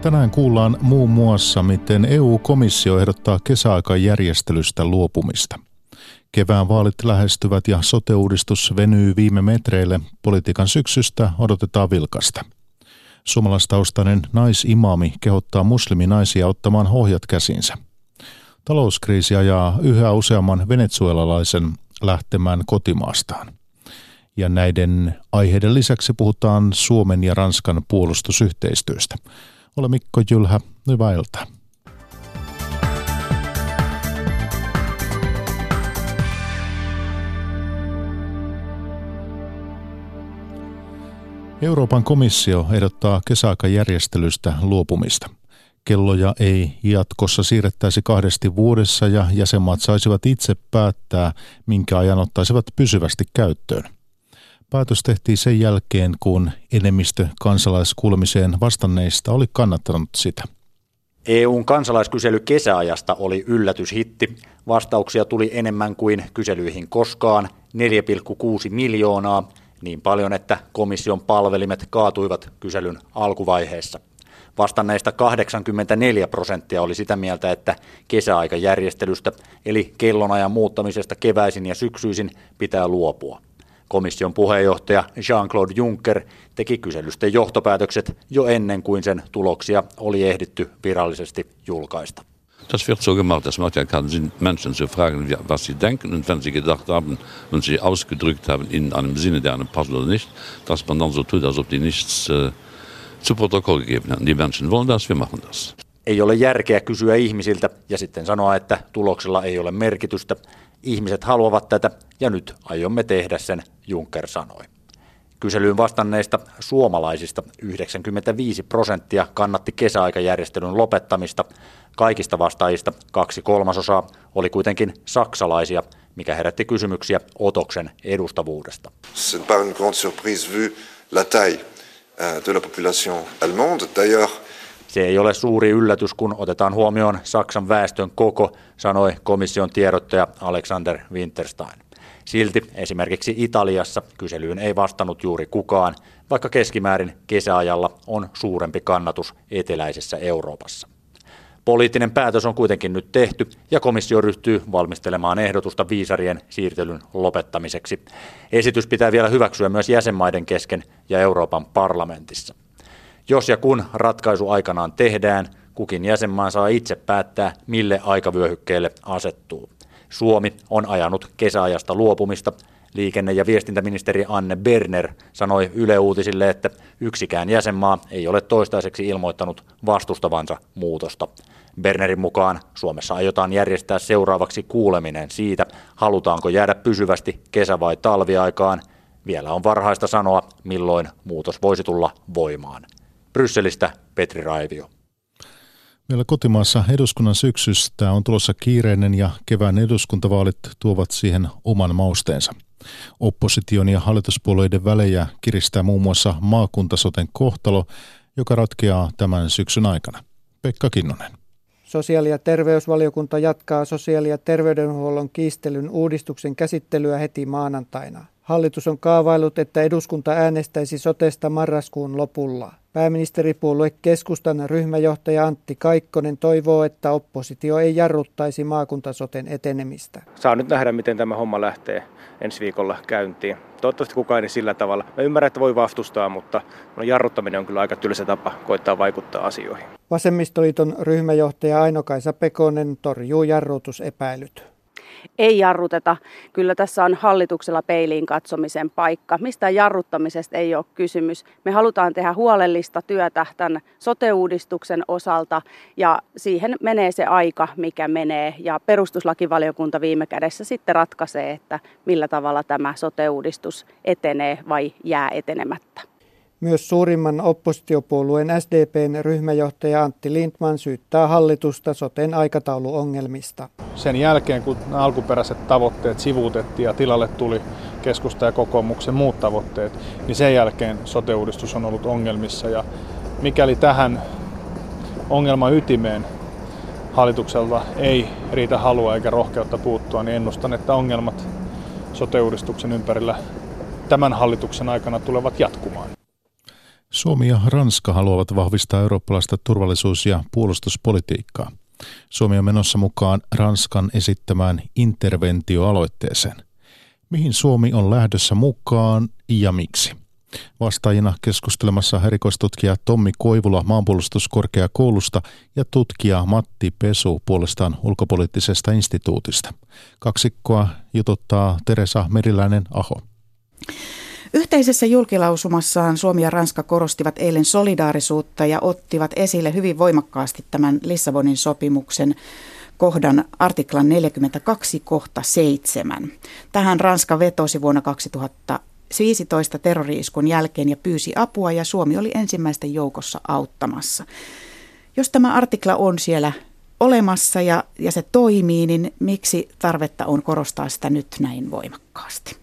Tänään kuullaan muun muassa, miten EU-komissio ehdottaa kesäaikajärjestelystä luopumista. Kevään vaalit lähestyvät ja sote-uudistus venyy viime metreille. Politiikan syksystä odotetaan vilkasta. Suomalaistaustainen naisimami kehottaa musliminaisia ottamaan ohjat käsinsä. Talouskriisi ajaa yhä useamman venezuelalaisen lähtemään kotimaastaan. Ja näiden aiheiden lisäksi puhutaan Suomen ja Ranskan puolustusyhteistyöstä. Ole Mikko Jylhä, hyvää iltaa. Euroopan komissio ehdottaa kesäaikajärjestelystä luopumista. Kelloja ei jatkossa siirrettäisi 2 vuodessa ja jäsenmaat saisivat itse päättää, minkä ajan ottaisivat pysyvästi käyttöön. Päätös tehtiin sen jälkeen, kun enemmistö kansalaiskuulemiseen vastanneista oli kannattanut sitä. EU:n kansalaiskysely kesäajasta oli yllätyshitti. Vastauksia tuli enemmän kuin kyselyihin koskaan, 4,6 miljoonaa, niin paljon, että komission palvelimet kaatuivat kyselyn alkuvaiheessa. Vastanneista 84% oli sitä mieltä, että kesäaikajärjestelystä eli kellonajan muuttamisesta keväisin ja syksyisin pitää luopua. Komission puheenjohtaja Jean-Claude Juncker teki kyselysten johtopäätökset jo ennen kuin sen tuloksia oli ehditty virallisesti julkaista. Das wird so gemacht, das macht ja keinen Sinn, Menschen zu fragen, was sie denken, und wenn sie gedacht haben und sie ausgedrückt haben in einem Sinne, der einem passt oder nicht, dass man dann so tut, als ob die nichts zu Protokoll gegeben haben. Die Menschen wollen das, wir machen das. Ei ole järkeä kysyä ihmisiltä ja sitten sanoa, että tuloksella ei ole merkitystä. Ihmiset haluavat tätä ja nyt aiomme tehdä sen, Juncker sanoi. Kyselyyn vastanneista suomalaisista 95% kannatti kesäaikajärjestelyn lopettamista. Kaikista vastaajista 2/3 oli kuitenkin saksalaisia, mikä herätti kysymyksiä otoksen edustavuudesta. Ce n'est pas une grande surprise vu la taille de la population allemande. D'ailleurs, se ei ole suuri yllätys, kun otetaan huomioon Saksan väestön koko, sanoi komission tiedottaja Alexander Winterstein. Silti esimerkiksi Italiassa kyselyyn ei vastannut juuri kukaan, vaikka keskimäärin kesäajalla on suurempi kannatus eteläisessä Euroopassa. Poliittinen päätös on kuitenkin nyt tehty ja komissio ryhtyy valmistelemaan ehdotusta viisarien siirtelyn lopettamiseksi. Esitys pitää vielä hyväksyä myös jäsenmaiden kesken ja Euroopan parlamentissa. Jos ja kun ratkaisu aikanaan tehdään, kukin jäsenmaa saa itse päättää, mille aikavyöhykkeelle asettuu. Suomi on ajanut kesäajasta luopumista. Liikenne- ja viestintäministeri Anne Berner sanoi Yle Uutisille, että yksikään jäsenmaa ei ole toistaiseksi ilmoittanut vastustavansa muutosta. Bernerin mukaan Suomessa aiotaan järjestää seuraavaksi kuuleminen siitä, halutaanko jäädä pysyvästi kesä- vai talviaikaan. Vielä on varhaista sanoa, milloin muutos voisi tulla voimaan. Brysselistä Petri Raivio. Meillä kotimaassa eduskunnan syksystä on tulossa kiireinen ja kevään eduskuntavaalit tuovat siihen oman mausteensa. Opposition ja hallituspuolueiden välejä kiristää muun muassa maakuntasoten kohtalo, joka ratkeaa tämän syksyn aikana. Pekka Kinnunen. Sosiaali- ja terveysvaliokunta jatkaa sosiaali- ja terveydenhuollon kiistelyn uudistuksen käsittelyä heti maanantaina. Hallitus on kaavaillut, että eduskunta äänestäisi sotesta marraskuun lopulla. Pääministeripuolue Keskustan ryhmäjohtaja Antti Kaikkonen toivoo, että oppositio ei jarruttaisi maakuntasoten etenemistä. Saa nyt nähdä, miten tämä homma lähtee ensi viikolla käyntiin. Toivottavasti kukaan ei sillä tavalla. Mä ymmärrän, että voi vastustaa, mutta jarruttaminen on kyllä aika tylsä tapa koittaa vaikuttaa asioihin. Vasemmistoliiton ryhmäjohtaja Aino-Kaisa Pekonen torjuu jarrutusepäilyt. Ei jarruteta. Kyllä tässä on hallituksella peiliin katsomisen paikka. Mistään jarruttamisesta ei ole kysymys. Me halutaan tehdä huolellista työtä tämän sote-uudistuksen osalta ja siihen menee se aika, mikä menee. Ja perustuslakivaliokunta viime kädessä sitten ratkaisee, että millä tavalla tämä sote-uudistus etenee vai jää etenemättä. Myös suurimman oppositiopuolueen SDP:n ryhmäjohtaja Antti Lindtman syyttää hallitusta soten aikatauluongelmista. Sen jälkeen, kun alkuperäiset tavoitteet sivuutettiin ja tilalle tuli keskusta ja kokoomuksen muut tavoitteet, niin sen jälkeen sote-uudistus on ollut ongelmissa. Ja mikäli tähän ongelman ytimeen hallitukselta ei riitä halua eikä rohkeutta puuttua, niin ennustan, että ongelmat sote-uudistuksen ympärillä tämän hallituksen aikana tulevat jatkumaan. Suomi ja Ranska haluavat vahvistaa eurooppalaista turvallisuus- ja puolustuspolitiikkaa. Suomi on menossa mukaan Ranskan esittämään interventioaloitteeseen. Mihin Suomi on lähdössä mukaan ja miksi? Vastaajina keskustelemassa erikoistutkija Tommi Koivula Maanpuolustuskorkeakoulusta ja tutkija Matti Pesu puolestaan Ulkopoliittisesta instituutista. Kaksikkoa jututtaa Teresa Meriläinen-Aho. Yhteisessä julkilausumassaan Suomi ja Ranska korostivat eilen solidaarisuutta ja ottivat esille hyvin voimakkaasti tämän Lissabonin sopimuksen kohdan artiklan 42 kohta 7. Tähän Ranska vetosi vuonna 2015 terrori-iskun jälkeen ja pyysi apua ja Suomi oli ensimmäisten joukossa auttamassa. Jos tämä artikla on siellä olemassa ja se toimii, niin miksi tarvetta on korostaa sitä nyt näin voimakkaasti?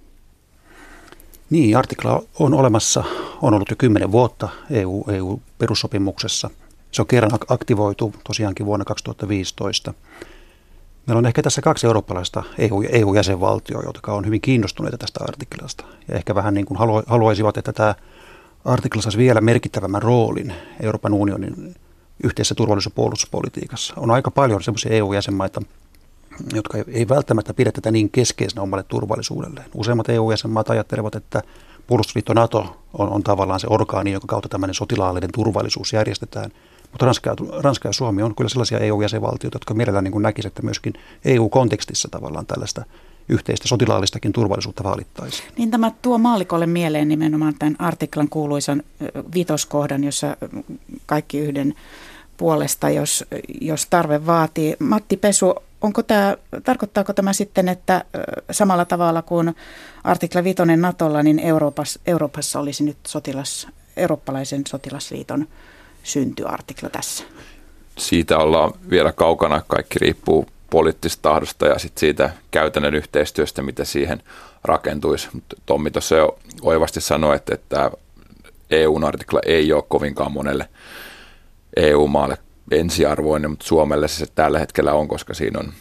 Niin, artikla on olemassa, on ollut jo 10 vuotta EU-perussopimuksessa. Se on kerran aktivoitu tosiaankin vuonna 2015. Meillä on ehkä tässä 2 eurooppalaista EU-jäsenvaltioa, jotka on hyvin kiinnostuneita tästä artiklasta. Ja ehkä vähän niin kuin haluaisivat, että tämä artikla saisi vielä merkittävämmän roolin Euroopan unionin yhteisessä turvallisuus- ja puolustuspolitiikassa. On aika paljon sellaisia EU-jäsenmaita, jotka ei välttämättä pidä tätä niin keskeisenä omalle turvallisuudelleen. Useimmat EU-jäsenmaat ajattelevat, että puolustusliitto NATO on tavallaan se orgaani, jonka kautta tämmöinen sotilaallinen turvallisuus järjestetään. Mutta Ranska ja Suomi on kyllä sellaisia EU-jäsenvaltioita, jotka mielellään niin näkisivät, että myöskin EU-kontekstissa tavallaan tällaista yhteistä sotilaallistakin turvallisuutta vaalittaisiin. Niin tämä tuo maallikolle mieleen nimenomaan tämän artiklan kuuluisan 5. kohdan, jossa kaikki yhden puolesta, jos tarve vaatii. Matti Pesu, tarkoittaako tämä sitten, että samalla tavalla kuin artikla 5 Natolla, niin Euroopassa olisi nyt eurooppalaisen sotilasliiton syntyartikla tässä? Siitä ollaan vielä kaukana. Kaikki riippuu poliittisesta tahdosta ja sitten siitä käytännön yhteistyöstä, mitä siihen rakentuisi. Mutta Tommi tuossa jo oivasti sanoi, että EU-artikla ei ole kovinkaan monelle EU-maalle ensiarvoinen, mutta Suomelle se tällä hetkellä on, koska siinä on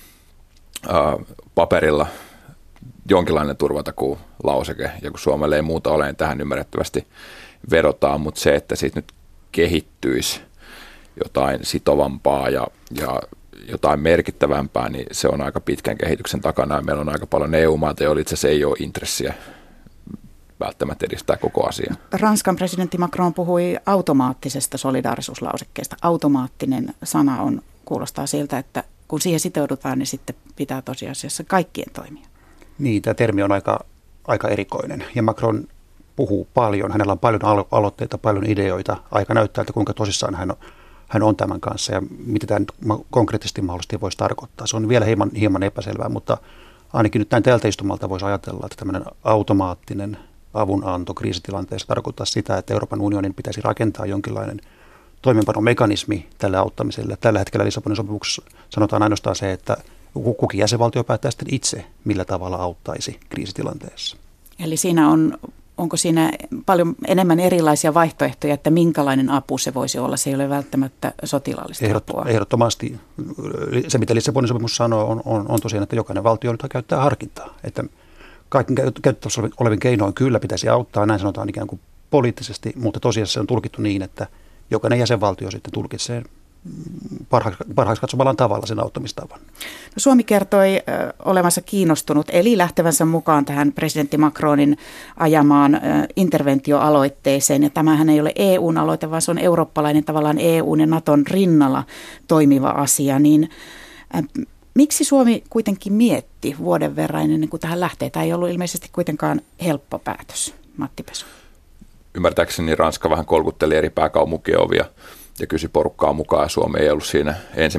paperilla jonkinlainen turvatakuulauseke, ja kun Suomelle ei muuta ole, niin tähän ymmärrettävästi vedotaan, mutta se, että siitä nyt kehittyisi jotain sitovampaa ja jotain merkittävämpää, niin se on aika pitkän kehityksen takana, ja meillä on aika paljon EU-maita, joilla itse asiassa ei ole intressiä välttämättä edistää koko asiaa. Ranskan presidentti Macron puhui automaattisesta solidaarisuuslausekkeesta. Automaattinen sana kuulostaa siltä, että kun siihen sitoudutaan, niin sitten pitää tosiasiassa kaikkien toimia. Niin, tämä termi on aika erikoinen. Ja Macron puhuu paljon. Hänellä on paljon aloitteita, paljon ideoita. Aika näyttää, että kuinka tosissaan hän on tämän kanssa ja mitä tämä nyt konkreettisesti mahdollisesti voisi tarkoittaa. Se on vielä hieman epäselvää, mutta ainakin nyt näin tältä istumalta voisi ajatella, että tämmöinen automaattinen avunanto kriisitilanteessa tarkoittaa sitä, että Euroopan unionin pitäisi rakentaa jonkinlainen toimeenpanomekanismi tälle auttamiselle. Tällä hetkellä Lissabonin sopimuksessa sanotaan ainoastaan se, että kukin jäsenvaltio päättää sitten itse, millä tavalla auttaisi kriisitilanteessa. Eli onko siinä paljon enemmän erilaisia vaihtoehtoja, että minkälainen apu se voisi olla? Se ei ole välttämättä sotilaallista apua. Ehdottomasti. Se, mitä Lissabonin sopimus sanoo, on tosiaan, että jokainen valtio nyt käyttää harkintaa. Että kaikki käytettävissä olevin keinoin kyllä pitäisi auttaa, näin sanotaan ikään kuin poliittisesti, mutta tosiaan se on tulkittu niin, että jokainen jäsenvaltio sitten tulkitsee parhaaksi katsomallaan tavalla sen auttamistavan. No, Suomi kertoi olevansa kiinnostunut, eli lähtevänsä mukaan tähän presidentti Macronin ajamaan interventioaloitteeseen. Ja tämähän ei ole EUn aloite, vaan se on eurooppalainen tavallaan EUn ja Naton rinnalla toimiva asia. Niin, miksi Suomi kuitenkin mietti vuoden verran ennen kuin tähän lähtee? Tämä ei ollut ilmeisesti kuitenkaan helppo päätös. Matti Pesu. Ymmärtääkseni Ranska vähän kolkutteli eri pääkaupunkien ovia ja kysyi porukkaa mukaan, ja Suomi ei ollut siinä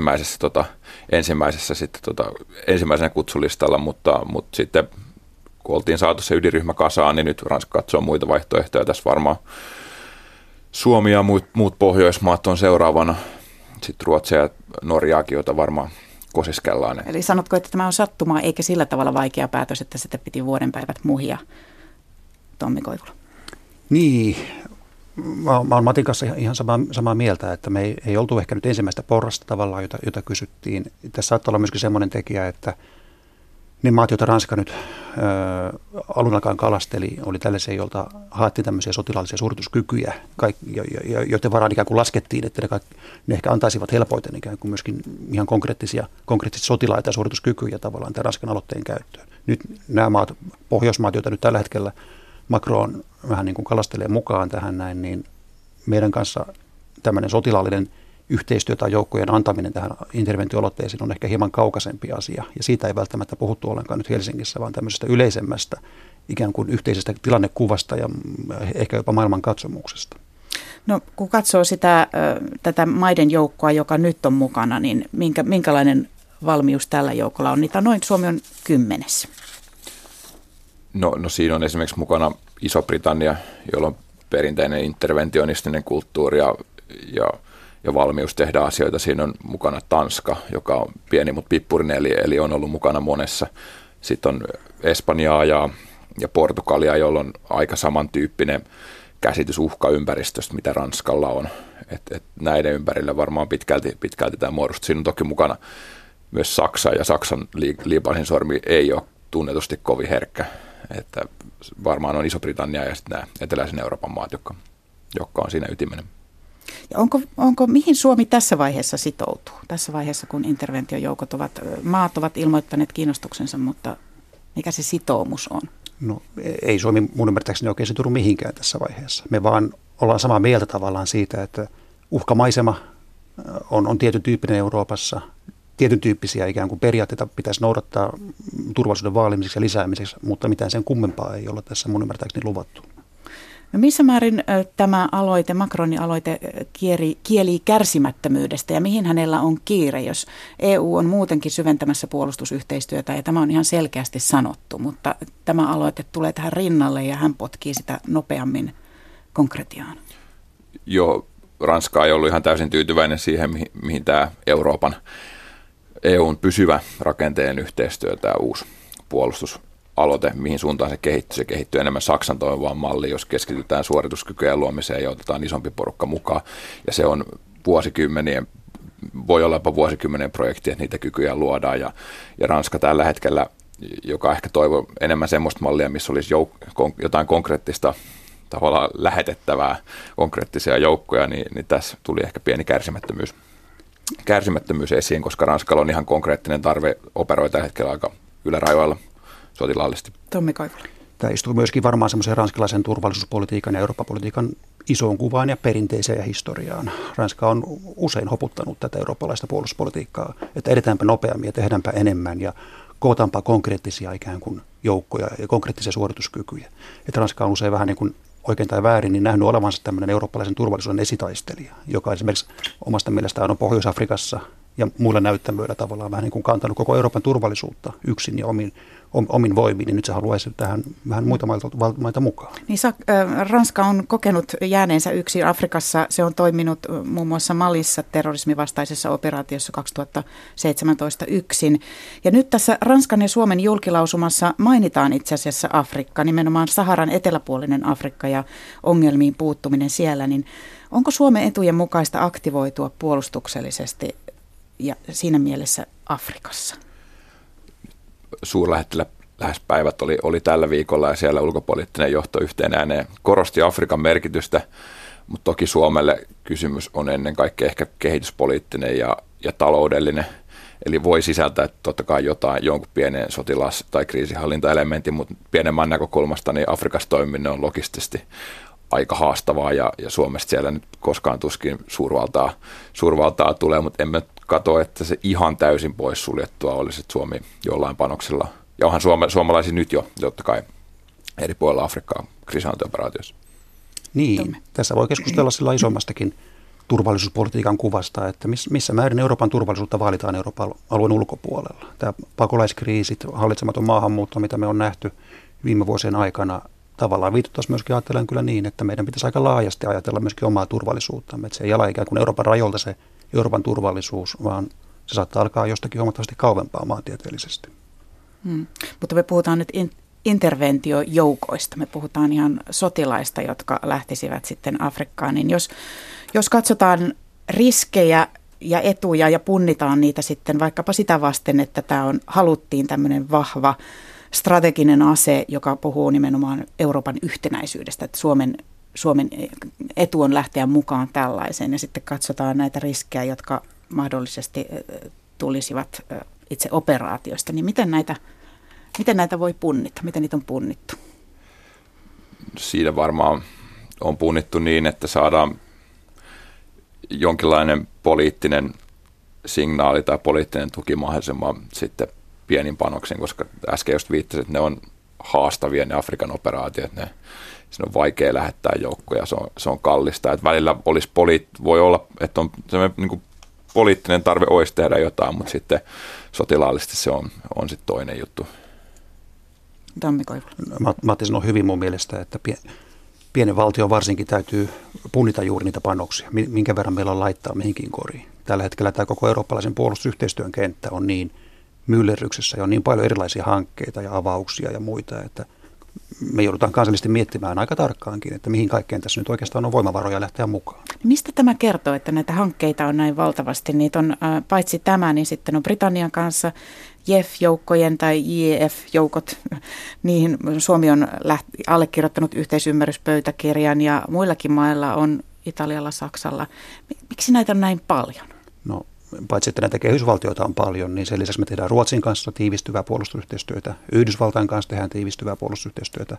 ensimmäisenä kutsulistalla, mutta sitten kun oltiin saatu se ydinryhmä kasaan, niin nyt Ranska katsoo muita vaihtoehtoja. Tässä varmaan Suomi ja muut Pohjoismaat on seuraavana, sitten Ruotsi ja Norjaakin, joita varmaan kosiskellaan. Eli sanotko, että tämä on sattumaa, eikä sillä tavalla vaikea päätös, että sitä piti vuoden päivät muhia, Tommi Koivula? Niin, mä olen Matin kanssa ihan samaa mieltä, että me ei oltu ehkä nyt ensimmäistä porrasta tavallaan, jota kysyttiin. Tässä saattaa olla myöskin semmoinen tekijä, että Ne maat, joita Ranska nyt alun alkaen kalasteli, oli tällaisia, joilta haettiin tämmöisiä sotilaallisia suorituskykyjä, joiden varaan ikään kuin laskettiin, että ne ehkä antaisivat helpoiten ikään kuin myöskin ihan konkreettisia sotilaita ja suorituskykyjä tavallaan tämän Ranskan aloitteen käyttöön. Nyt nämä maat, Pohjoismaat, joita nyt tällä hetkellä Macron vähän niin kuin kalastelee mukaan tähän näin, niin meidän kanssa tämmöinen sotilaallinen yhteistyö tai joukkojen antaminen tähän interventio-aloitteeseen on ehkä hieman kaukaisempi asia. Ja siitä ei välttämättä puhuttu ollenkaan nyt Helsingissä, vaan tämmöisestä yleisemmästä ikään kuin yhteisestä tilannekuvasta ja ehkä jopa maailman katsomuksesta. No kun katsoo tätä maiden joukkoa, joka nyt on mukana, niin minkälainen valmius tällä joukolla on? Niitä noin Suomi on 10. No siinä on esimerkiksi mukana Iso-Britannia, jolla on perinteinen interventionistinen kulttuuri ja valmius tehdä asioita. Siinä on mukana Tanska, joka on pieni, mutta pippurinen, eli on ollut mukana monessa. Sitten on Espanjaa ja Portugalia, jolla on aika samantyyppinen käsitys uhkaympäristöstä, mitä Ranskalla on. Et näiden ympärillä varmaan pitkälti tämä muodostuu. Siinä on toki mukana myös Saksa, ja Saksan liipasin sormi ei ole tunnetusti kovin herkkä. Että varmaan on Iso-Britannia ja sitten nämä eteläisen Euroopan maat, jotka on siinä ytimenen. Ja onko mihin Suomi tässä vaiheessa sitoutuu? Tässä vaiheessa, kun interventiojoukot maat ovat ilmoittaneet kiinnostuksensa, mutta mikä se sitoumus on? No ei Suomi mun ymmärtääkseni oikein sitoudu mihinkään tässä vaiheessa. Me vaan ollaan samaa mieltä tavallaan siitä, että uhkamaisema on tietyn tyyppinen Euroopassa. Tietyn tyyppisiä ikään kuin periaatteita pitäisi noudattaa turvallisuuden vaalimiseksi ja lisäämiseksi, mutta mitään sen kummempaa ei olla tässä mun ymmärtääkseni luvattu. No missä määrin tämä aloite, Macronin aloite, kielii kärsimättömyydestä ja mihin hänellä on kiire, jos EU on muutenkin syventämässä puolustusyhteistyötä ja tämä on ihan selkeästi sanottu, mutta tämä aloite tulee tähän rinnalle ja hän potkii sitä nopeammin konkretiaan. Joo, Ranska ei ollut ihan täysin tyytyväinen siihen, mihin tämä EUn pysyvä rakenteen yhteistyö, tämä uusi puolustusaloite, mihin suuntaan se kehittyy. Se kehittyy enemmän Saksan toimivaan malliin, jos keskitytään suorituskykyjen luomiseen ja otetaan isompi porukka mukaan. Ja se on voi olla jopa vuosikymmenien projekti, että niitä kykyjä luodaan. Ja Ranska tällä hetkellä, joka ehkä toivoo enemmän semmoista mallia, missä olisi jotain konkreettista, tavallaan lähetettävää konkreettisia joukkoja, niin tässä tuli ehkä pieni kärsimättömyys esiin, koska Ranskalla on ihan konkreettinen tarve operoida tällä hetkellä aika ylärajoilla sotilaallisesti. Tommi Kaivola. Tämä istuu myöskin varmaan semmoisen ranskalaisen turvallisuuspolitiikan ja Eurooppa-politiikan isoon kuvaan ja perinteeseen ja historiaan. Ranska on usein hoputtanut tätä eurooppalaista puolustuspolitiikkaa, että edetäänpä nopeammin ja tehdäänpä enemmän ja kootaanpa konkreettisia ikään kuin joukkoja ja konkreettisia suorituskykyjä. Että Ranska on usein vähän niin kuin oikein tai väärin, niin nähnyt olevansa tämmöinen eurooppalaisen turvallisuuden esitaistelija, joka esimerkiksi omasta mielestään on Pohjois-Afrikassa ja muilla näyttämöillä tavallaan vähän niin kuin kantanut koko Euroopan turvallisuutta yksin ja omin voimiin, niin nyt se haluaisi tähän vähän muita maita mukaan. Niin, Ranska on kokenut jääneensä yksin Afrikassa. Se on toiminut muun muassa Malissa terrorismivastaisessa operaatiossa 2017 yksin. Ja nyt tässä Ranskan ja Suomen julkilausumassa mainitaan itse asiassa Afrikka, nimenomaan Saharan eteläpuolinen Afrikka ja ongelmiin puuttuminen siellä. Niin onko Suomen etujen mukaista aktivoitua puolustuksellisesti ja siinä mielessä Afrikassa? Suurlähettiläspäivät oli tällä viikolla ja siellä ulkopoliittinen johto yhteen ääneen korosti Afrikan merkitystä, mutta toki Suomelle kysymys on ennen kaikkea ehkä kehityspoliittinen ja taloudellinen. Eli voi sisältää totta kai jonkun pienen sotilas- tai kriisinhallintaelementin, mutta pienemmän näkökulmasta niin Afrikassa toimiminen on logistisesti aika haastavaa ja Suomesta siellä nyt koskaan tuskin suurvaltaa tulee, mutta emme katso, että se ihan täysin poissuljettua olisi, että Suomi jollain panoksella, ja onhan suomalaisia nyt jo, totta kai, eri puolilla Afrikkaa kriisinhallintaoperaatioissa. Niin, tässä voi keskustella sillä isommastakin turvallisuuspolitiikan kuvasta, että missä määrin Euroopan turvallisuutta vaalitaan Euroopan alueen ulkopuolella. Tämä pakolaiskriisit, hallitsematon maahanmuutto, mitä me on nähty viime vuosien aikana, tavallaan viituttaisiin myöskin ajattelen kyllä niin, että meidän pitäisi aika laajasti ajatella myöskin omaa turvallisuuttamme. Että se ei ala ikään kuin Euroopan rajoilta se Euroopan turvallisuus, vaan se saattaa alkaa jostakin huomattavasti kauempaa maantieteellisesti. Mutta me puhutaan nyt interventiojoukoista. Me puhutaan ihan sotilaista, jotka lähtisivät sitten Afrikkaan. Niin jos katsotaan riskejä ja etuja ja punnitaan niitä sitten vaikkapa sitä vasten, että haluttiin tämmöinen vahva strateginen ase, joka puhuu nimenomaan Euroopan yhtenäisyydestä, että Suomen etu on lähteä mukaan tällaiseen ja sitten katsotaan näitä riskejä, jotka mahdollisesti tulisivat itse operaatioista, niin miten näitä voi punnita, miten niitä on punnittu? Siinä varmaan on punnittu niin, että saadaan jonkinlainen poliittinen signaali tai poliittinen tuki mahdollisimman sitten pienin panoksen, koska äsken just viittasin, että ne on haastavia ne Afrikan operaatiot, siinä on vaikea lähettää joukkoja, se on kallista, että välillä voi olla, että on semmoinen niin kuin poliittinen tarve olisi tehdä jotain, mutta sitten sotilaallisesti se on sitten toinen juttu. Tammi Koivula. Matti sanoi hyvin mun mielestä, että pienen valtion varsinkin täytyy punnita juuri niitä panoksia, minkä verran meillä on laittaa mihinkin koriin. Tällä hetkellä tämä koko eurooppalaisen puolustusyhteistyön kenttä on niin myllerryksessä ja on niin paljon erilaisia hankkeita ja avauksia ja muita, että me joudutaan kansallisesti miettimään aika tarkkaankin, että mihin kaikkeen tässä nyt oikeastaan on voimavaroja lähteä mukaan. Mistä tämä kertoo, että näitä hankkeita on näin valtavasti? Niitä on paitsi tämä, niin sitten on Britannian kanssa JEF-joukkojen tai JEF-joukot. Niihin Suomi on allekirjoittanut yhteisymmärryspöytäkirjan ja muillakin mailla on Italialla, Saksalla. Miksi näitä on näin paljon? No, paitsi että näitä kehysvaltioita on paljon, niin sen lisäksi me tehdään Ruotsin kanssa tiivistyvää puolustusyhteistyötä, Yhdysvaltain kanssa tehdään tiivistyvää puolustusyhteistyötä,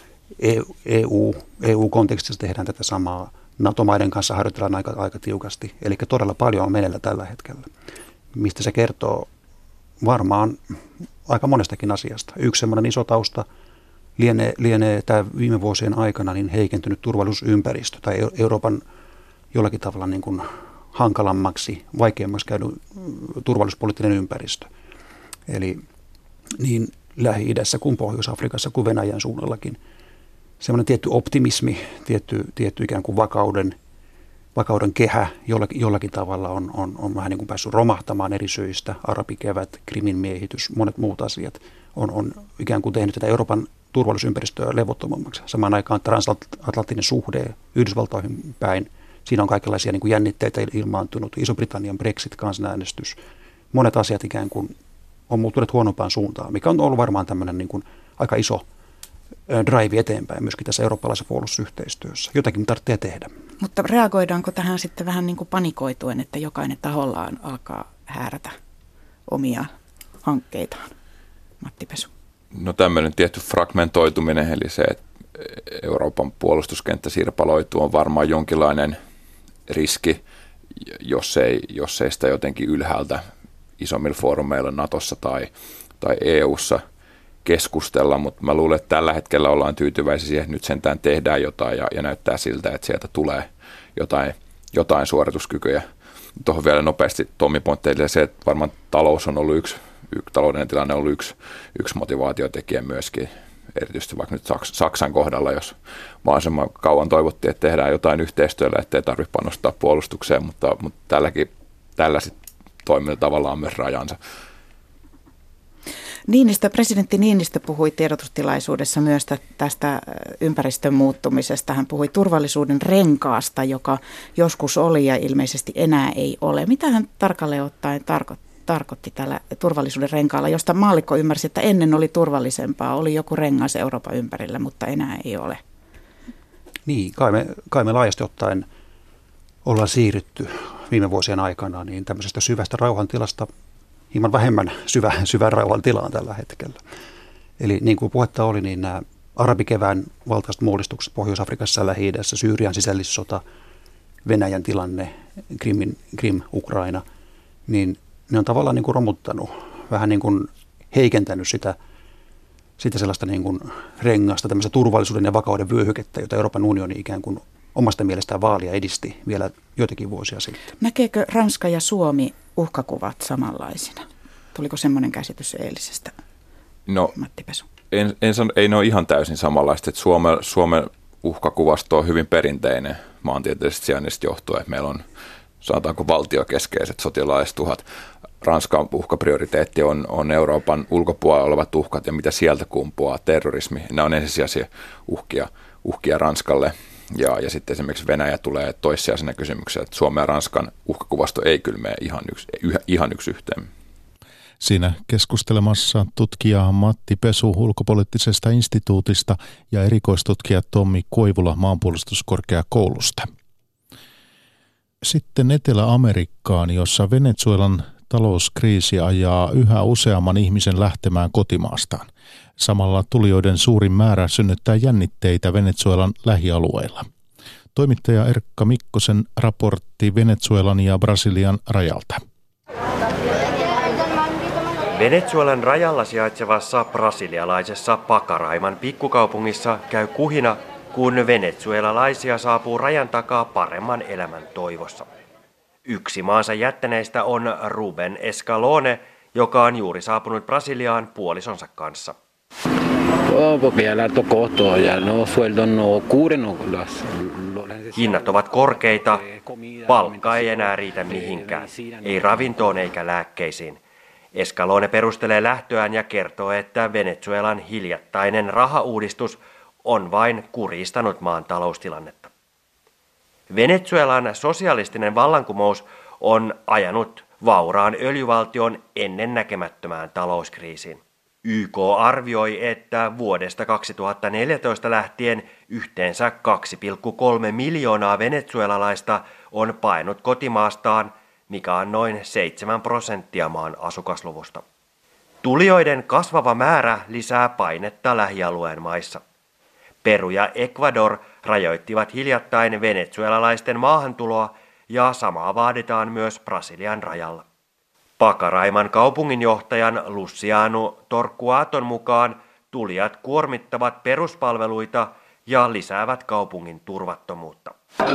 EU-kontekstissa tehdään tätä samaa, NATO-maiden kanssa harjoitellaan aika tiukasti, eli todella paljon on meneillä tällä hetkellä. Mistä se kertoo? Varmaan aika monestakin asiasta. Yksi semmoinen iso tausta lienee tämä viime vuosien aikana niin heikentynyt turvallisuusympäristö tai Euroopan jollakin tavalla niin kuin hankalammaksi, vaikeammaksi käynyt turvallisuuspoliittinen ympäristö. Eli niin Lähi-idässä kuin Pohjois-Afrikassa kuin Venäjän suunnallakin semmoinen tietty optimismi, tietty ikään kuin vakauden kehä jollakin tavalla on vähän niin kuin päässyt romahtamaan eri syistä. Arabikevät, Krimin miehitys, monet muut asiat on ikään kuin tehnyt tätä Euroopan turvallisuusympäristöä levottomammaksi. Samaan aikaan transatlanttinen suhde Yhdysvaltoihin päin. Siinä on kaikenlaisia niin kuin jännitteitä ilmaantunut. Iso-Britannian Brexit, kansanäänestys. Monet asiat ikään kuin on muuttuneet huonompaan suuntaan, mikä on ollut varmaan tämmöinen niin kuin aika iso drive eteenpäin myöskin tässä eurooppalaisessa puolustusyhteistyössä. Jotakin tarvitsee tehdä. Mutta reagoidaanko tähän sitten vähän niin kuin panikoituen, että jokainen tahollaan alkaa häärätä omia hankkeitaan? Matti Pesu. No tämmöinen tietty fragmentoituminen, eli se, että Euroopan puolustuskenttä sirpaloituu, on varmaan jonkinlainen riski, jos ei sitä jotenkin ylhäältä isommilla foorumeilla Natossa tai EU:ssa keskustella, mutta mä luulen, että tällä hetkellä ollaan tyytyväisiä siihen, että nyt sentään tehdään jotain ja näyttää siltä, että sieltä tulee jotain suorituskykyjä. Tuohon vielä nopeasti Tommi pointteille se, että varmaan talous on ollut taloudellinen tilanne on ollut yksi motivaatiotekijä myöskin, erityisesti vaikka nyt Saksan kohdalla, jos mahdollisimman kauan toivottiin, että tehdään jotain yhteistyöllä, ettei tarvitse panostaa puolustukseen, mutta tällä toimilla tavallaan on myös rajansa. Presidentti Niinistö puhui tiedotustilaisuudessa myös tästä ympäristön muuttumisesta. Hän puhui turvallisuuden renkaasta, joka joskus oli ja ilmeisesti enää ei ole. Mitä hän tarkalleen ottaen tarkoitti tällä turvallisuuden renkaalla, josta maallikko ymmärsi, että ennen oli turvallisempaa, oli joku rengas Euroopan ympärillä, mutta enää ei ole? Niin, kai me laajasti ottaen ollaan siirrytty viime vuosien aikana niin tämmöisestä syvästä rauhantilasta hieman vähemmän syvään rauhan tilaan tällä hetkellä. Eli niin kuin puhetta oli, niin nämä arabikevään valtaiset mullistukset Pohjois-Afrikassa ja Lähi-idässä, Syyrian sisällissota, Venäjän tilanne, Krim, Ukraina, niin ne on tavallaan niin kuin romuttanut, vähän niin kuin heikentänyt sitä sellaista niin kuin rengasta, tämmöistä turvallisuuden ja vakauden vyöhykettä, jota Euroopan unioni ikään kuin omasta mielestään vaalia edisti vielä joitakin vuosia sitten. Näkeekö Ranska ja Suomi uhkakuvat samanlaisina? Tuliko semmoinen käsitys eilisestä, Matti Pesu? Ei ne ole ihan täysin samanlaista. Että Suomen uhkakuvasto on hyvin perinteinen maantieteellisestä sijainnista johtuen, että meillä on, sanotaanko, valtiokeskeiset sotilaalliset uhat. Ranskan uhkaprioriteetti on Euroopan ulkopuolella olevat uhkat ja mitä sieltä kumpuaa, terrorismi. Nämä on ensisijaisia uhkia Ranskalle. Ja sitten esimerkiksi Venäjä tulee toissijaisena kysymyksessä, että Suomen ja Ranskan uhkakuvasto ei kyllä mene ihan yksi yhteen. Siinä keskustelemassa tutkija Matti Pesu ulkopoliittisesta instituutista ja erikoistutkija Tommi Koivula maanpuolustuskorkeakoulusta. Sitten Etelä-Amerikkaan, jossa Venezuelan talouskriisi ajaa yhä useamman ihmisen lähtemään kotimaastaan. Samalla tulijoiden suurin määrä synnyttää jännitteitä Venezuelan lähialueilla. Toimittaja Erkka Mikkosen raportti Venezuelan ja Brasilian rajalta. Venezuelan rajalla sijaitsevassa brasilialaisessa Pacaraiman pikkukaupungissa käy kuhina, kun venezuelalaisia saapuu rajan takaa paremman elämän toivossa. Yksi maansa jättäneistä on Ruben Escalone, joka on juuri saapunut Brasiliaan puolisonsa kanssa. Hinnat ovat korkeita, palkka ei enää riitä mihinkään, ei ravintoon eikä lääkkeisiin. Escalone perustelee lähtöään ja kertoo, että Venezuelan hiljattainen rahauudistus on vain kurjistanut maan taloustilannetta. Venezuelan sosialistinen vallankumous on ajanut vauraan öljyvaltion ennennäkemättömään talouskriisiin. YK arvioi, että vuodesta 2014 lähtien yhteensä 2,3 miljoonaa venezuelalaista on paennut kotimaastaan, mikä on noin 7% maan asukasluvusta. Tulijoiden kasvava määrä lisää painetta lähialueen maissa. Peru ja Ecuador rajoittivat hiljattain venezuelalaisten maahantuloa ja samaa vaaditaan myös Brasilian rajalla. Pacaraiman kaupunginjohtajan Luciano Torquaton mukaan tulijat kuormittavat peruspalveluita ja lisäävät kaupungin turvattomuutta.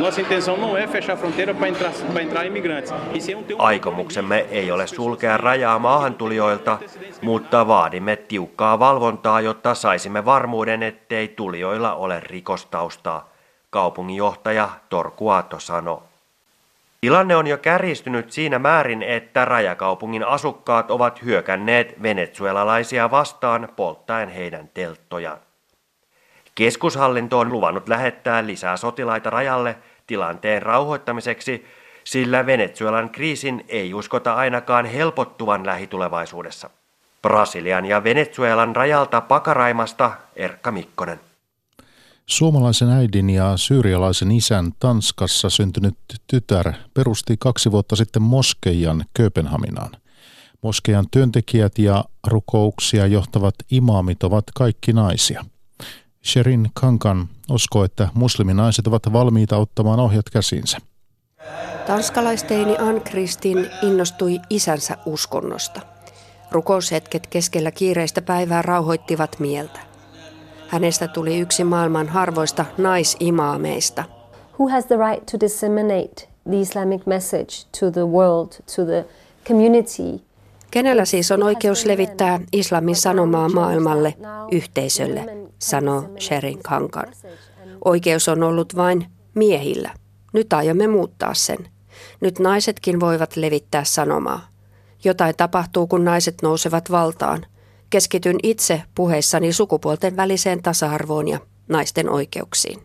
Aikomuksemme ei ole sulkea rajaa maahantulijoilta, mutta vaadimme tiukkaa valvontaa, jotta saisimme varmuuden, ettei tulijoilla ole rikostaustaa, kaupunginjohtaja Torquato sanoo. Tilanne on jo kärjistynyt siinä määrin, että rajakaupungin asukkaat ovat hyökänneet venezuelalaisia vastaan polttaen heidän telttojaan. Keskushallinto on luvannut lähettää lisää sotilaita rajalle tilanteen rauhoittamiseksi, sillä Venezuelan kriisin ei uskota ainakaan helpottuvan lähitulevaisuudessa. Brasilian ja Venezuelan rajalta Pacaraimasta Erkka Mikkonen. Suomalaisen äidin ja syyrialaisen isän Tanskassa syntynyt tytär perusti 2 vuotta sitten moskeijan Kööpenhaminaan. Moskeijan työntekijät ja rukouksia johtavat imaamit ovat kaikki naisia. Sherin Kankan uskoo, että musliminaiset ovat valmiita ottamaan ohjat käsiinsä. Tanskalaisteini Ann-Kristin innostui isänsä uskonnosta. Rukoushetket keskellä kiireistä päivää rauhoittivat mieltä. Hänestä tuli yksi maailman harvoista naisimaameista. Who has the right to disseminate the Islamic message to the world, to the community? Kenellä siis on oikeus levittää islamin sanomaa maailmalle, yhteisölle, sanoo Sherin Kankan. Oikeus on ollut vain miehillä. Nyt aiomme muuttaa sen. Nyt naisetkin voivat levittää sanomaa. Jotain tapahtuu, kun naiset nousevat valtaan. Keskityn itse puheissani sukupuolten väliseen tasa-arvoon ja naisten oikeuksiin.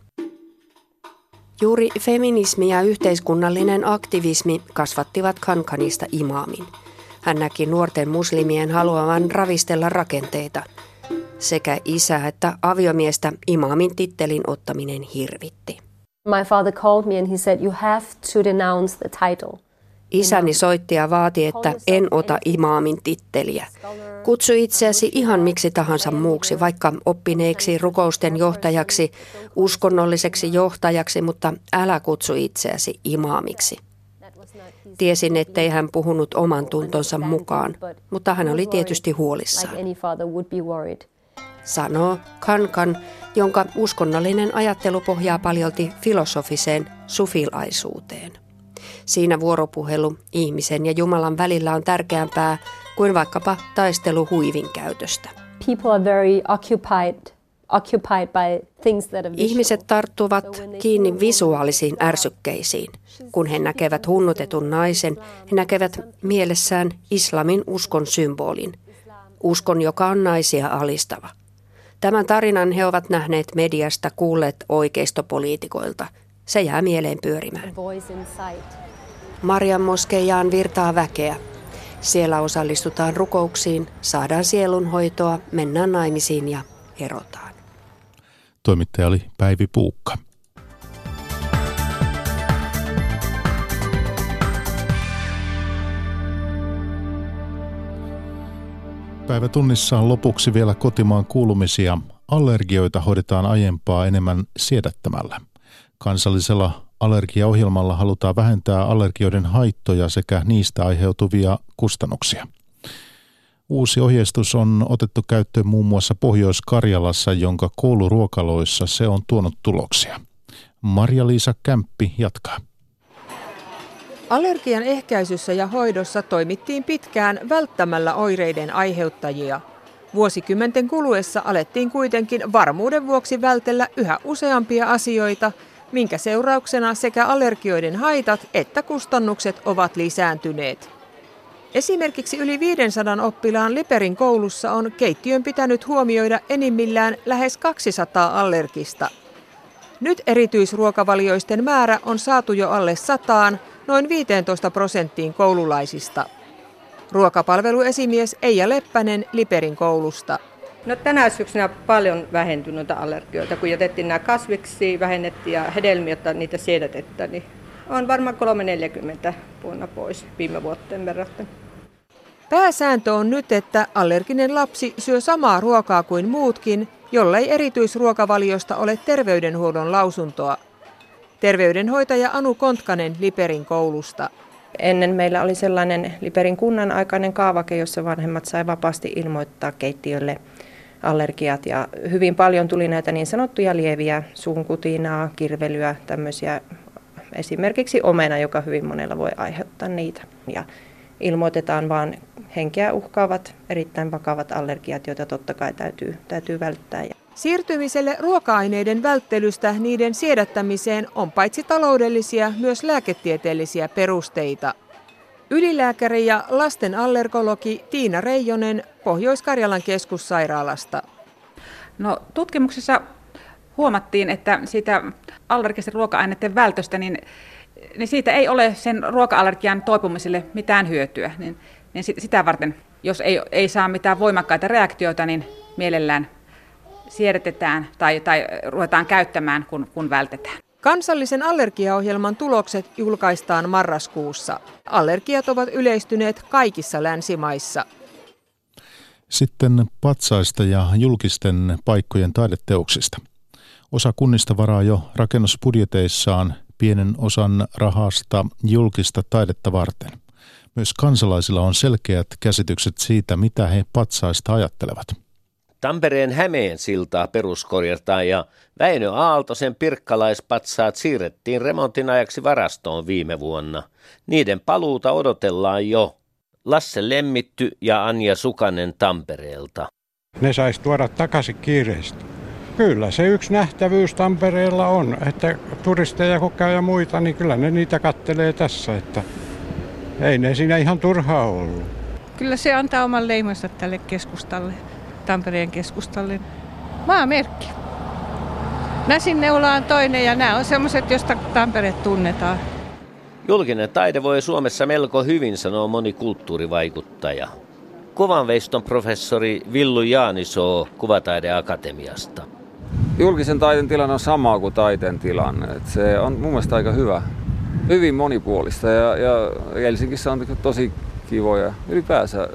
Juuri feminismi ja yhteiskunnallinen aktivismi kasvattivat Kankanista imaamin. Hän näki nuorten muslimien haluavan ravistella rakenteita. Sekä isä että aviomiestä imaamin tittelin ottaminen hirvitti. My father called me and he said, you have to denounce the title. Isäni soitti ja vaati, että en ota imaamin titteliä. Kutsu itseäsi ihan miksi tahansa muuksi, vaikka oppineeksi rukousten johtajaksi, uskonnolliseksi johtajaksi, mutta älä kutsu itseäsi imaamiksi. Tiesin, ettei hän puhunut oman tuntonsa mukaan, mutta hän oli tietysti huolissaan. Sanoo Kankan, jonka uskonnollinen ajattelu pohjaa paljolti filosofiseen sufilaisuuteen. Siinä vuoropuhelu ihmisen ja Jumalan välillä on tärkeämpää kuin vaikkapa taistelu huivin käytöstä. People are very occupied by things that are visual. Ihmiset tarttuvat kiinni visuaalisiin ärsykkeisiin. Kun he näkevät hunnutetun naisen, he näkevät mielessään islamin uskon symbolin. Uskon, joka on naisia alistava. Tämän tarinan he ovat nähneet mediasta, kuulleet oikeistopoliitikoilta. Se jää mieleen pyörimään. Marian moskeijaan virtaa väkeä. Siellä osallistutaan rukouksiin, saadaan sielunhoitoa, mennään naimisiin ja erotaan. Toimittaja oli Päivi Puukka. Päivätunnissa lopuksi vielä kotimaan kuulumisia. Allergioita hoidetaan aiempaa enemmän siedättämällä. Kansallisella allergiaohjelmalla halutaan vähentää allergioiden haittoja sekä niistä aiheutuvia kustannuksia. Uusi ohjeistus on otettu käyttöön muun muassa Pohjois-Karjalassa, jonka kouluruokaloissa se on tuonut tuloksia. Marja-Liisa Kämppi jatkaa. Allergian ehkäisyssä ja hoidossa toimittiin pitkään välttämällä oireiden aiheuttajia. Vuosikymmenten kuluessa alettiin kuitenkin varmuuden vuoksi vältellä yhä useampia asioita, minkä seurauksena sekä allergioiden haitat että kustannukset ovat lisääntyneet. Esimerkiksi yli 500 oppilaan Liperin koulussa on keittiön pitänyt huomioida enimmillään lähes 200 allergista. Nyt erityisruokavalioisten määrä on saatu jo alle 100, noin 15% koululaisista. Ruokapalveluesimies Eija Leppänen Liperin koulusta. No, tänä syksynä paljon vähentynyt allergioita, kun jätettiin nämä kasviksi, vähennettiin ja hedelmiä, jotta niitä siedätetään, niin on varmaan 340 vuonna pois viime vuoteen verrattuna. Pääsääntö on nyt, että allerginen lapsi syö samaa ruokaa kuin muutkin, jollei erityisruokavaliosta ole terveydenhuollon lausuntoa. Terveydenhoitaja Anu Kontkanen Liperin koulusta. Ennen meillä oli sellainen Liperin kunnan aikainen kaavake, jossa vanhemmat sai vapaasti ilmoittaa keittiölle allergiat. Ja hyvin paljon tuli näitä niin sanottuja lieviä suunkutinaa, kirvelyä, tämmöisiä, esimerkiksi omena, joka hyvin monella voi aiheuttaa niitä. Ja ilmoitetaan vaan henkeä uhkaavat, erittäin vakavat allergiat, joita totta kai täytyy välttää. Siirtymiselle ruoka-aineiden välttelystä niiden siedättämiseen on paitsi taloudellisia, myös lääketieteellisiä perusteita. Ylilääkäri ja lasten allergologi Tiina Reijonen Pohjois-Karjalan keskussairaalasta. No, tutkimuksessa huomattiin, että siitä allergisten ruoka-aineiden vältöstä, niin siitä ei ole sen ruoka-allergian toipumiselle mitään hyötyä. Niin sitä varten, jos ei saa mitään voimakkaita reaktioita, niin mielellään siedätetään tai ruvetaan käyttämään, kun vältetään. Kansallisen allergiaohjelman tulokset julkaistaan marraskuussa. Allergiat ovat yleistyneet kaikissa länsimaissa. Sitten patsaista ja julkisten paikkojen taideteoksista. Osa kunnista varaa jo rakennusbudjeteissaan pienen osan rahasta julkista taidetta varten. Myös kansalaisilla on selkeät käsitykset siitä, mitä he patsaista ajattelevat. Tampereen Hämeen siltaa peruskorjataan ja Väinö Aaltosen pirkkalaispatsaat siirrettiin remontin ajaksi varastoon viime vuonna. Niiden paluuta odotellaan jo. Lasse Lemmitty ja Anja Sukanen Tampereelta. Ne saisi tuoda takaisin kiireesti. Kyllä se yksi nähtävyys Tampereella on, että turisteja kun käy ja muita, niin kyllä ne niitä kattelee tässä, että ei ne siinä ihan turhaa ollut. Kyllä se antaa oman leimansa tälle keskustalle, Tampereen keskustalle. Maamerkki. Näsinneula on toinen ja nämä on sellaiset, joista Tampere tunnetaan. Julkinen taide voi Suomessa melko hyvin, sanoo moni kulttuurivaikuttaja. Kuvanveiston professori Villu Jaanisoo Kuvataideakatemiasta. Julkisen taiteen tilanne on sama kuin taiteen tilanne. Se on mun mielestä aika hyvä. Hyvin monipuolista ja Helsingissä on tosi kivoja. Ylipäänsä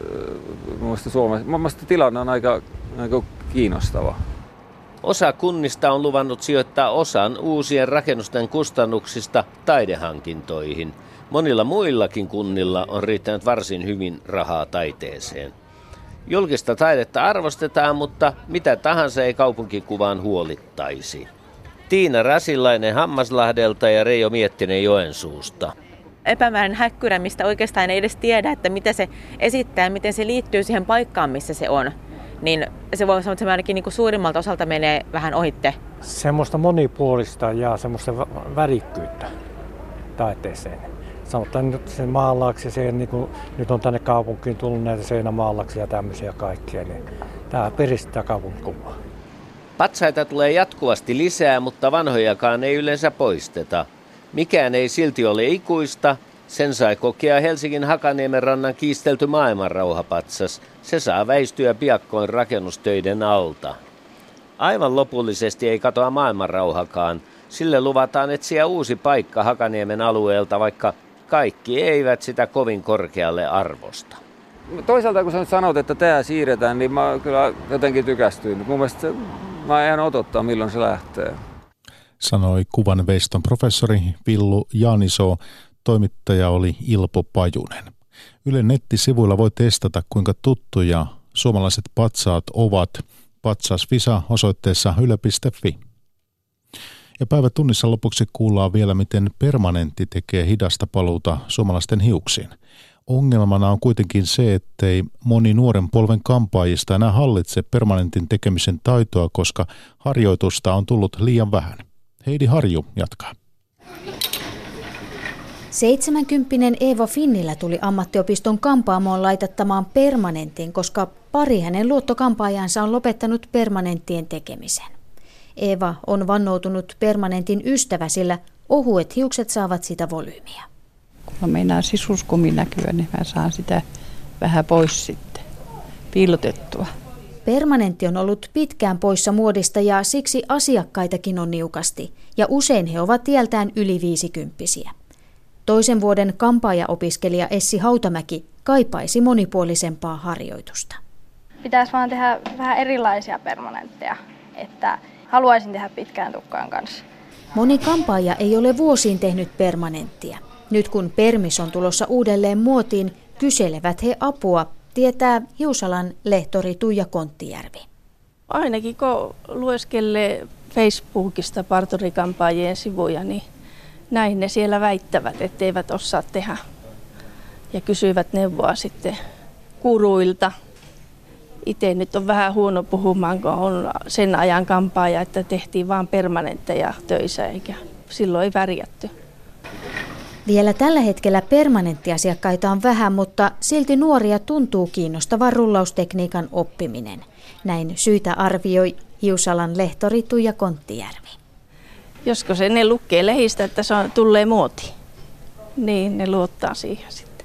mun mielestä tilanne on aika kiinnostava. Osa kunnista on luvannut sijoittaa osan uusien rakennusten kustannuksista taidehankintoihin. Monilla muillakin kunnilla on riittänyt varsin hyvin rahaa taiteeseen. Julkista taidetta arvostetaan, mutta mitä tahansa ei kaupunkikuvaan huolittaisi. Tiina Rasilainen Hammaslahdelta ja Reijo Miettinen Joensuusta. Epämääräinen häkkyrä, mistä oikeastaan ei edes tiedä, että mitä se esittää ja miten se liittyy siihen paikkaan, missä se on. Niin se voi sanoa, että se ainakin niin kuin suurimmalta osalta menee vähän ohitte. Semmoista monipuolista ja semmoista värikkyyttä taiteeseen. Sanotaan nyt sen maalauksia, niin kuin nyt on tänne kaupunkiin tullut näitä seinämaalauksia ja tämmöisiä kaikkia. Niin tämä peristä kaupunkikuvaa. Patsaita tulee jatkuvasti lisää, mutta vanhojakaan ei yleensä poisteta. Mikään ei silti ole ikuista. Sen sai kokea Helsingin Hakaniemen rannan kiistelty maailmanrauhapatsas. Se saa väistyä piakkoin rakennustöiden alta. Aivan lopullisesti ei katoa maailmanrauhakaan. Sille luvataan etsiä uusi paikka Hakaniemen alueelta, vaikka kaikki eivät sitä kovin korkealle arvosta. Toisaalta kun sä nyt sanot, että tämä siirretään, niin mä kyllä jotenkin tykästyin. Mun mielestä mä jään odottaa, milloin se lähtee. Sanoi kuvanveiston professori Villu Jaaniso. Toimittaja oli Ilpo Pajunen. Ylen nettisivuilla voi testata, kuinka tuttuja suomalaiset patsaat ovat. Patsas Visa osoitteessa yle.fi. Ja päivätunnissa lopuksi kuullaan vielä, miten permanentti tekee hidasta paluuta suomalaisten hiuksiin. Ongelmana on kuitenkin se, ettei moni nuoren polven kampaajista enää hallitse permanentin tekemisen taitoa, koska harjoitusta on tullut liian vähän. Heidi Harju jatkaa. 70 Eeva Finnillä tuli ammattiopiston kampaamoon laitattamaan permanentin, koska pari hänen luottokampaajansa on lopettanut permanenttien tekemisen. Eeva on vannoutunut permanentin ystävä, sillä ohuet hiukset saavat sitä volyymiä. Kun meinaa sisuskumi näkyä, niin mä saan sitä vähän pois sitten, piilotettua. Permanentti on ollut pitkään poissa muodista ja siksi asiakkaitakin on niukasti, ja usein he ovat tieltään yli 50-vuotiaita. Toisen vuoden kampaajaopiskelija Essi Hautamäki kaipaisi monipuolisempaa harjoitusta. Pitäisi vaan tehdä vähän erilaisia permanentteja, että haluaisin tehdä pitkään tukkaan kanssa. Moni kampaaja ei ole vuosiin tehnyt permanenttia. Nyt kun permis on tulossa uudelleen muotiin, kyselevät he apua, tietää Hiusalan lehtori Tuija Konttijärvi. Ainakin kun lueskelee Facebookista parturikampaajien sivuja, niin näin ne siellä väittävät, etteivät osaa tehdä. Ja kysyvät neuvoa sitten kuruilta. Itse nyt on vähän huono puhumaan, kun on sen ajan kampaaja, että tehtiin vain permanentteja töissä, eikä silloin ei värjätty. Vielä tällä hetkellä permanenttiasiakkaita on vähän, mutta silti nuoria tuntuu kiinnostavan rullaustekniikan oppiminen. Näin syitä arvioi Hiusalan lehtori Tuija Konttijärvi. Josko se ne lukee lehdistä, että se tulee muotiin, niin ne luottaa siihen sitten.